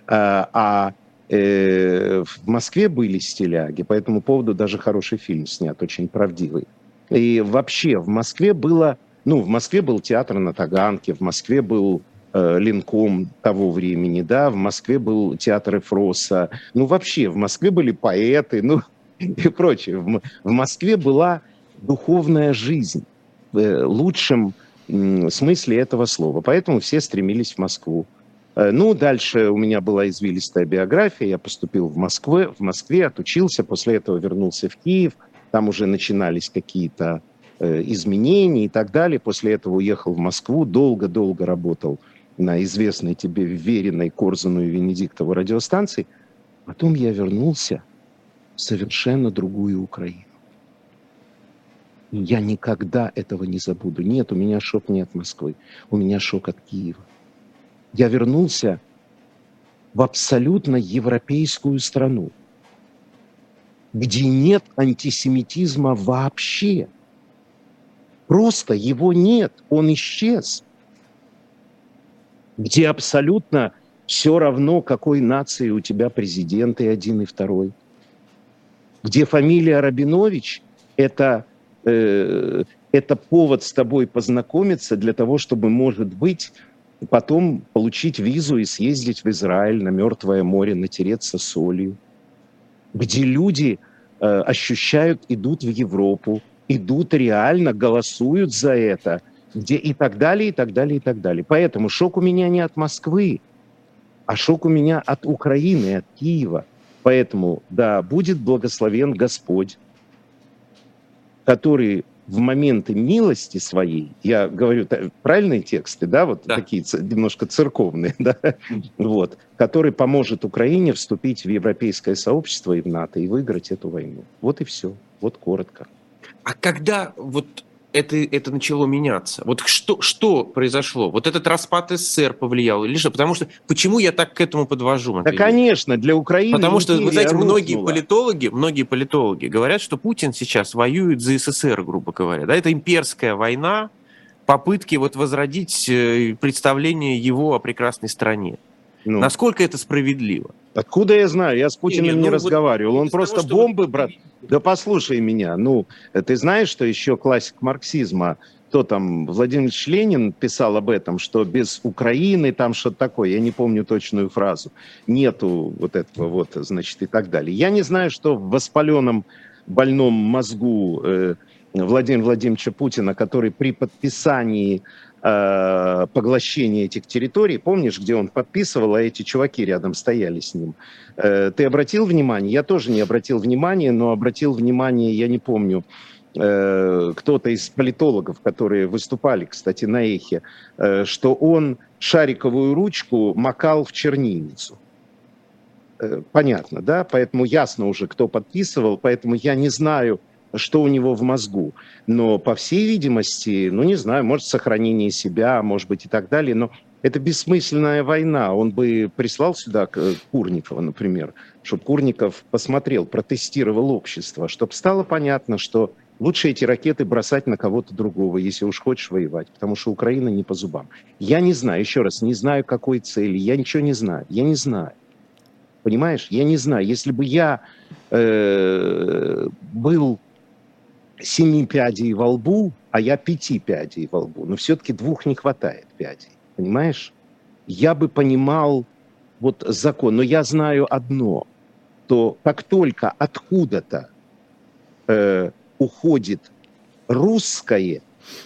В Москве были стиляги, по этому поводу даже хороший фильм снят, очень правдивый. И вообще в Москве было, в Москве был театр на Таганке, в Москве был Ленком того времени, да, в Москве был театр Эфроса, вообще в Москве были поэты, и прочее. В Москве была духовная жизнь в лучшем смысле этого слова, поэтому все стремились в Москву. Дальше у меня была извилистая биография, я поступил в Москве, отучился, после этого вернулся в Киев, там уже начинались какие-то изменения и так далее, после этого уехал в Москву, долго-долго работал на известной тебе веренной Корзуну и Венедиктову радиостанции, потом я вернулся в совершенно другую Украину. И я никогда этого не забуду. Нет, у меня шок не от Москвы, у меня шок от Киева. Я вернулся в абсолютно европейскую страну, где нет антисемитизма вообще. Просто его нет, он исчез. Где абсолютно все равно, какой нации у тебя президент и один, и второй. Где фамилия Рабинович – это повод с тобой познакомиться для того, чтобы, может быть, потом получить визу и съездить в Израиль, на Мертвое море, натереться солью. Где люди ощущают, идут в Европу, идут реально, голосуют за это, где и так далее, и так далее, и так далее. Поэтому шок у меня не от Москвы, а шок у меня от Украины, от Киева. Поэтому, да, будет благословен Господь, который в моменты милости своей, я говорю правильные тексты, да, вот да. Такие немножко церковные, да, вот, который поможет Украине вступить в европейское сообщество и в НАТО и выиграть эту войну. Вот и все, вот коротко. А когда вот это начало меняться. Вот что произошло? Вот этот распад СССР повлиял или что? Потому что почему я так к этому подвожу, Матвей? Да, конечно, для Украины. Потому что, вы знаете, многие рухнула. политологи говорят, что Путин сейчас воюет за СССР, грубо говоря. Да, это имперская война, попытки вот возродить представление его о прекрасной стране. Ну, насколько это справедливо? Откуда я знаю? Я с Путиным не разговаривал. Он просто того, бомбы, брат. Да послушай меня. Ну, ты знаешь, что еще классик марксизма, кто там, Владимир Ильич Ленин писал об этом, что без Украины там что-то такое, я не помню точную фразу, нету вот этого вот, значит, и так далее. Я не знаю, что в воспаленном больном мозгу Владимира Владимировича Путина, который при подписании поглощения этих территорий, помнишь, где он подписывал, а эти чуваки рядом стояли с ним. Ты обратил внимание? Я тоже не обратил внимания, но обратил внимание, я не помню, кто-то из политологов, которые выступали, кстати, на Эхе, что он шариковую ручку макал в чернильницу. Понятно, да? Поэтому ясно уже, кто подписывал, поэтому я не знаю, что у него в мозгу. Но, по всей видимости, ну, не знаю, может, сохранение себя, может быть, и так далее, но это бессмысленная война. Он бы прислал сюда Курникова, например, чтобы Курников посмотрел, протестировал общество, чтобы стало понятно, что лучше эти ракеты бросать на кого-то другого, если уж хочешь воевать, потому что Украина не по зубам. Я не знаю, еще раз, не знаю, какой цели, я ничего не знаю, я не знаю. Понимаешь, я не знаю. Если бы я был 7 пядей во лбу, а я 5 пядей во лбу, но все-таки 2 не хватает пядей, понимаешь? Я бы понимал вот закон, но я знаю одно, то как только откуда-то уходит русское,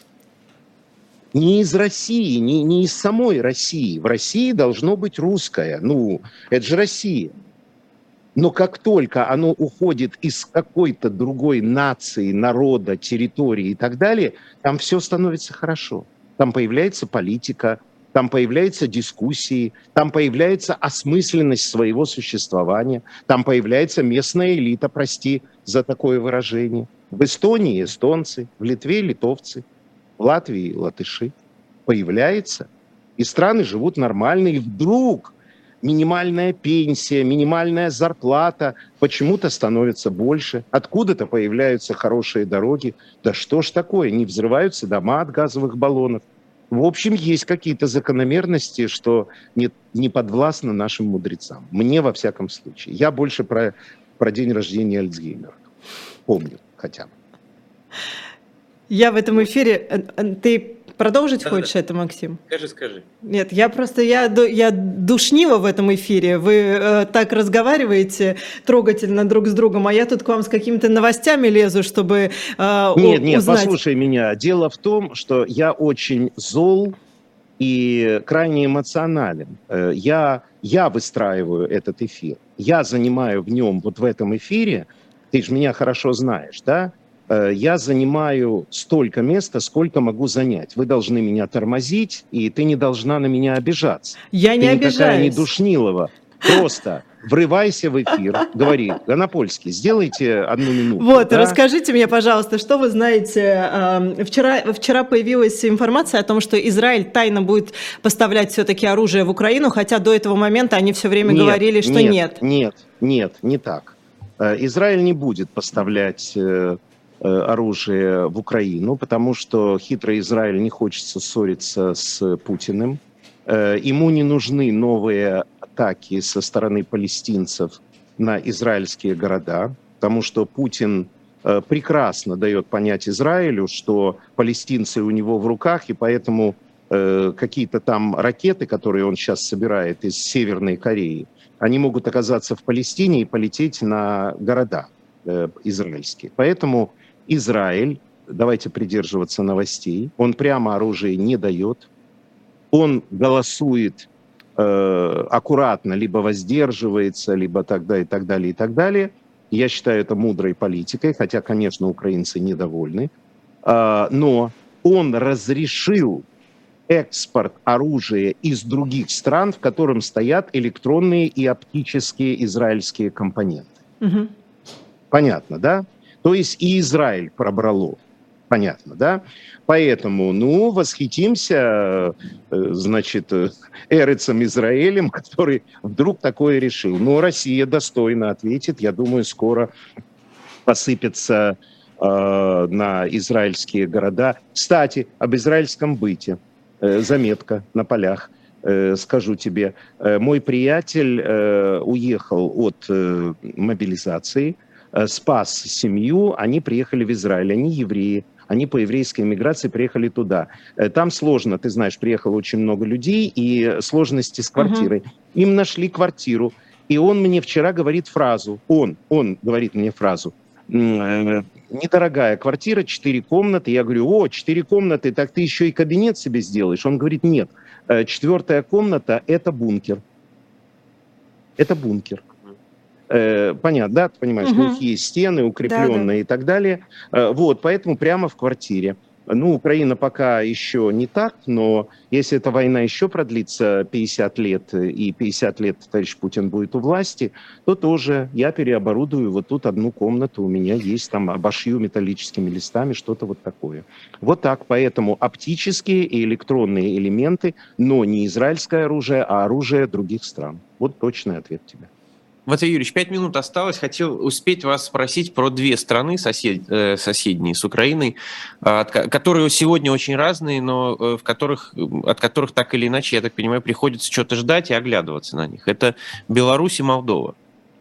не из России, не из самой России, в России должно быть русское, ну, это же Россия. Но как только оно уходит из какой-то другой нации, народа, территории и так далее, там все становится хорошо. Там появляется политика, там появляются дискуссии, там появляется осмысленность своего существования, там появляется местная элита, прости за такое выражение. В Эстонии эстонцы, в Литве литовцы, в Латвии латыши. Появляется. И страны живут нормально, и вдруг минимальная пенсия, минимальная зарплата почему-то становится больше. Откуда-то появляются хорошие дороги. Да что ж такое, не взрываются дома от газовых баллонов. В общем, есть какие-то закономерности, что не подвластно нашим мудрецам. Мне, во всяком случае. Я больше про день рождения Альцгеймера помню хотя бы. Я в этом эфире... Ты продолжить хочешь это, Максим? Скажи. Нет, я душнила в этом эфире. Вы так разговариваете трогательно друг с другом, а я тут к вам с какими-то новостями лезу, чтобы Нет, узнать. Послушай меня. Дело в том, что я очень зол и крайне эмоционален. Я выстраиваю этот эфир. Я занимаю в нем, вот в этом эфире, ты же меня хорошо знаешь, да? Я занимаю столько места, сколько могу занять. Вы должны меня тормозить, и ты не должна на меня обижаться. Я не обижаюсь. Ты никакая не Душнилова. Просто врывайся в эфир, говори, Гонопольский, сделайте 1 минуту. Вот, да? Расскажите мне, пожалуйста, что вы знаете. Вчера появилась информация о том, что Израиль тайно будет поставлять все-таки оружие в Украину, хотя до этого момента они все время говорили, что нет. Нет, не так. Израиль не будет поставлять оружие в Украину, потому что хитрый Израиль не хочет ссориться с Путиным. Ему не нужны новые атаки со стороны палестинцев на израильские города, потому что Путин прекрасно дает понять Израилю, что палестинцы у него в руках, и поэтому какие-то там ракеты, которые он сейчас собирает из Северной Кореи, они могут оказаться в Палестине и полететь на города израильские. Поэтому Израиль, давайте придерживаться новостей, он прямо оружие не дает, он голосует аккуратно, либо воздерживается, либо тогда и так далее, и так далее. Я считаю это мудрой политикой, хотя, конечно, украинцы недовольны. Но он разрешил экспорт оружия из других стран, в котором стоят электронные и оптические израильские компоненты. Угу. Понятно, да? То есть и Израиль пробрало. Понятно, да? Поэтому, восхитимся, значит, Эрецом Израилем, который вдруг такое решил. Но Россия достойно ответит. Я думаю, скоро посыпется на израильские города. Кстати, об израильском быте. Заметка на полях. Скажу тебе. Мой приятель уехал от мобилизации, спас семью, они приехали в Израиль, они евреи. Они по еврейской эмиграции приехали туда. Там сложно, ты знаешь, приехало очень много людей, и сложности с квартирой. Им нашли квартиру, и он мне вчера говорит фразу, он говорит мне фразу, недорогая квартира, 4 комнаты. Я говорю, 4 комнаты, так ты еще и кабинет себе сделаешь? Он говорит, нет, 4-я комната – это бункер. Это бункер. Понятно, да, ты понимаешь, глухие стены, укрепленные и так далее. Поэтому прямо в квартире. Украина пока еще не так, но если эта война еще продлится 50 лет, и 50 лет товарищ Путин будет у власти, то тоже я переоборудую вот тут одну комнату, у меня есть, там обошью металлическими листами, что-то вот такое. Вот так, поэтому оптические и электронные элементы, но не израильское оружие, а оружие других стран. Вот точный ответ тебе. Матвей Юрьевич, 5 минут осталось. Хотел успеть вас спросить про 2 страны соседние с Украиной, которые сегодня очень разные, но от которых так или иначе, я так понимаю, приходится что-то ждать и оглядываться на них. Это Беларусь и Молдова.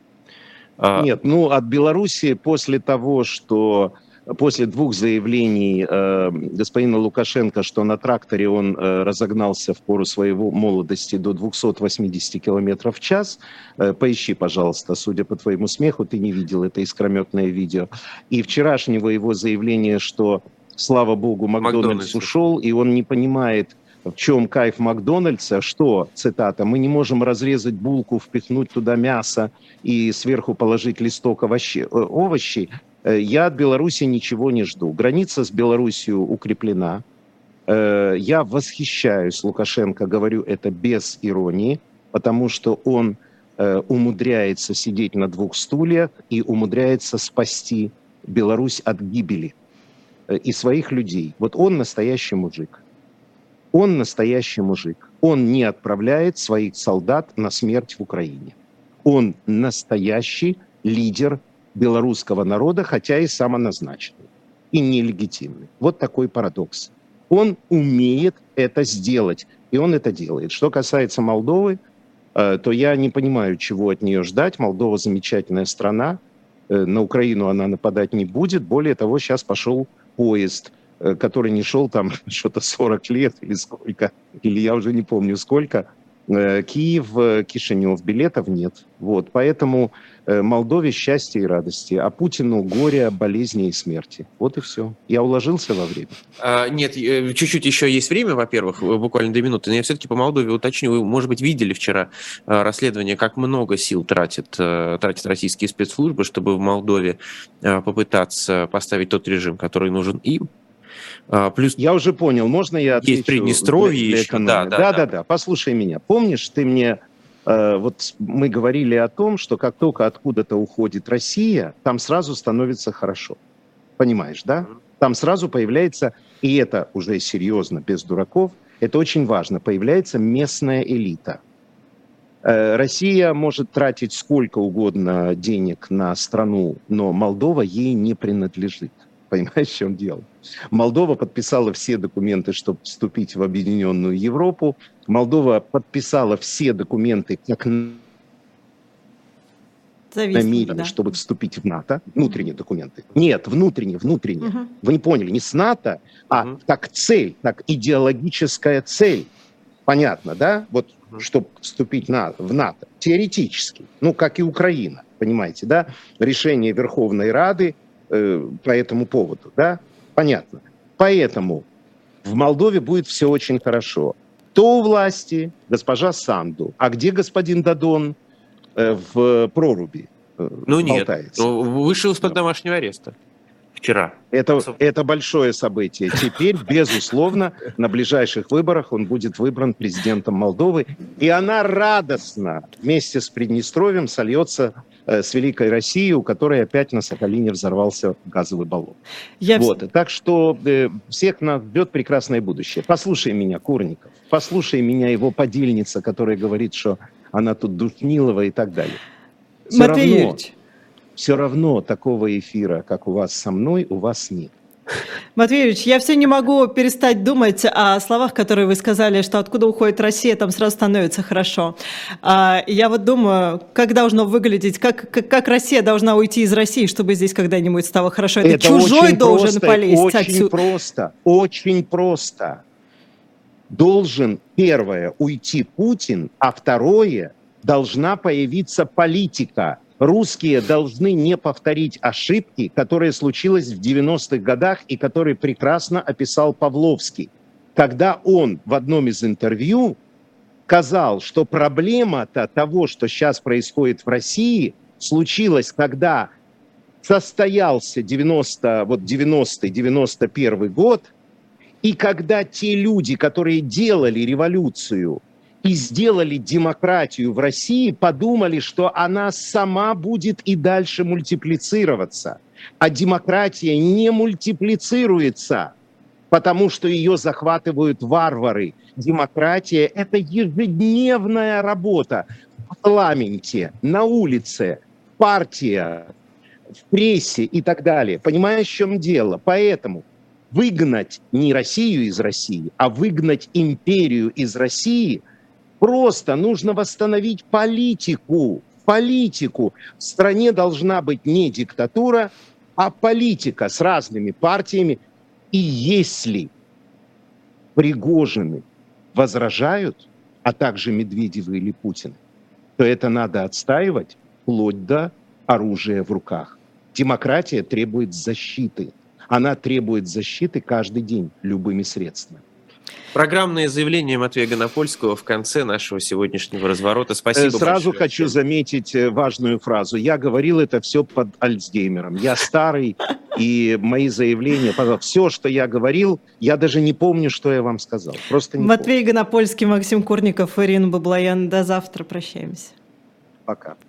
Нет, от Беларуси после того, что... После 2 заявлений господина Лукашенко, что на тракторе он разогнался в пору своей молодости до 280 км в час, поищи, пожалуйста, судя по твоему смеху, ты не видел это искрометное видео, и вчерашнего его заявления, что, слава богу, Макдональдс ушел, и он не понимает, в чем кайф Макдональдса, что, цитата, мы не можем разрезать булку, впихнуть туда мясо и сверху положить листок овощей. Я от Беларуси ничего не жду. Граница с Белоруссией укреплена. Я восхищаюсь Лукашенко, говорю это без иронии, потому что он умудряется сидеть на 2 стульях и умудряется спасти Беларусь от гибели и своих людей. Вот он настоящий мужик. Он настоящий мужик. Он не отправляет своих солдат на смерть в Украине. Он настоящий лидер белорусского народа, хотя и самоназначенный, и нелегитимный. Вот такой парадокс. Он умеет это сделать, и он это делает. Что касается Молдовы, то я не понимаю, чего от нее ждать. Молдова замечательная страна, на Украину она нападать не будет. Более того, сейчас пошел поезд, который не шел там что-то 40 лет или сколько, или я уже не помню сколько, Киев, Кишинев, билетов нет. Вот, поэтому Молдове счастья и радости, а Путину горя, болезни и смерти. Вот и все. Я уложился во время? Нет, чуть-чуть еще есть время, во-первых, буквально 2 минуты. Но я все-таки по Молдове уточню. Вы, может быть, видели вчера расследование, как много сил тратят российские спецслужбы, чтобы в Молдове попытаться поставить тот режим, который нужен им. Плюс я уже понял, можно я отвечу? Есть Приднестровье еще. Да. Послушай меня. Помнишь, ты мне... вот мы говорили о том, что как только откуда-то уходит Россия, там сразу становится хорошо. Понимаешь, да? Там сразу появляется, и это уже серьезно, без дураков, это очень важно, появляется местная элита. Россия может тратить сколько угодно денег на страну, но Молдова ей не принадлежит. Понимаешь, в чем дело? Молдова подписала все документы, чтобы вступить в Объединенную Европу. Молдова подписала все документы, как на мире, да, чтобы вступить в НАТО. Внутренние документы. Нет, внутренние. Вы не поняли, не с НАТО, а как цель, как идеологическая цель. Понятно, да? Вот, чтобы вступить в НАТО. Теоретически. Как и Украина, понимаете, да? Решение Верховной Рады по этому поводу, да? Понятно. Поэтому в Молдове будет все очень хорошо. То у власти госпожа Санду, а где господин Дадон в проруби болтается? Нет, вышел из-под домашнего ареста вчера. Это большое событие. Теперь, безусловно, на ближайших выборах он будет выбран президентом Молдовы, и она радостно вместе с Приднестровьем сольется с великой Россией, у которой опять на Сахалине взорвался газовый баллон. Так что всех нас ждет прекрасное будущее. Послушай меня, Курников, послушай меня его подельница, которая говорит, что она тут Душнилова и так далее. Все равно такого эфира, как у вас со мной, у вас нет. Матвей Юрьевич, я все не могу перестать думать о словах, которые вы сказали, что откуда уходит Россия, там сразу становится хорошо. Я вот думаю, как должно выглядеть, как Россия должна уйти из России, чтобы здесь когда-нибудь стало хорошо. Это чужой должен полезть отсюда. Очень просто. Должен, первое, уйти Путин, а второе, должна появиться политика. Русские должны не повторить ошибки, которые случились в 90-х годах и которые прекрасно описал Павловский. Когда он в одном из интервью сказал, что проблема-то того, что сейчас происходит в России, случилась, когда состоялся 90-91 год, и когда те люди, которые делали революцию и сделали демократию в России, подумали, что она сама будет и дальше мультиплицироваться. А демократия не мультиплицируется, потому что ее захватывают варвары. Демократия – это ежедневная работа в парламенте, на улице, партия, в прессе и так далее. Понимаешь, в чем дело? Поэтому выгнать не Россию из России, а выгнать империю из России – просто нужно восстановить политику. Политику. В стране должна быть не диктатура, а политика с разными партиями. И если Пригожины возражают, а также Медведевы или Путин, то это надо отстаивать вплоть до оружия в руках. Демократия требует защиты. Она требует защиты каждый день любыми средствами. Программное заявление Матвея Гонопольского в конце нашего сегодняшнего разворота. Спасибо Сразу большое. Хочу заметить важную фразу. Я говорил это все под Альцгеймером. Я старый, и мои заявления, все, что я говорил, я даже не помню, что я вам сказал. Просто не Матвей помню. Гонопольский, Максим Курников, Ирина Баблоян. До завтра. Прощаемся. Пока.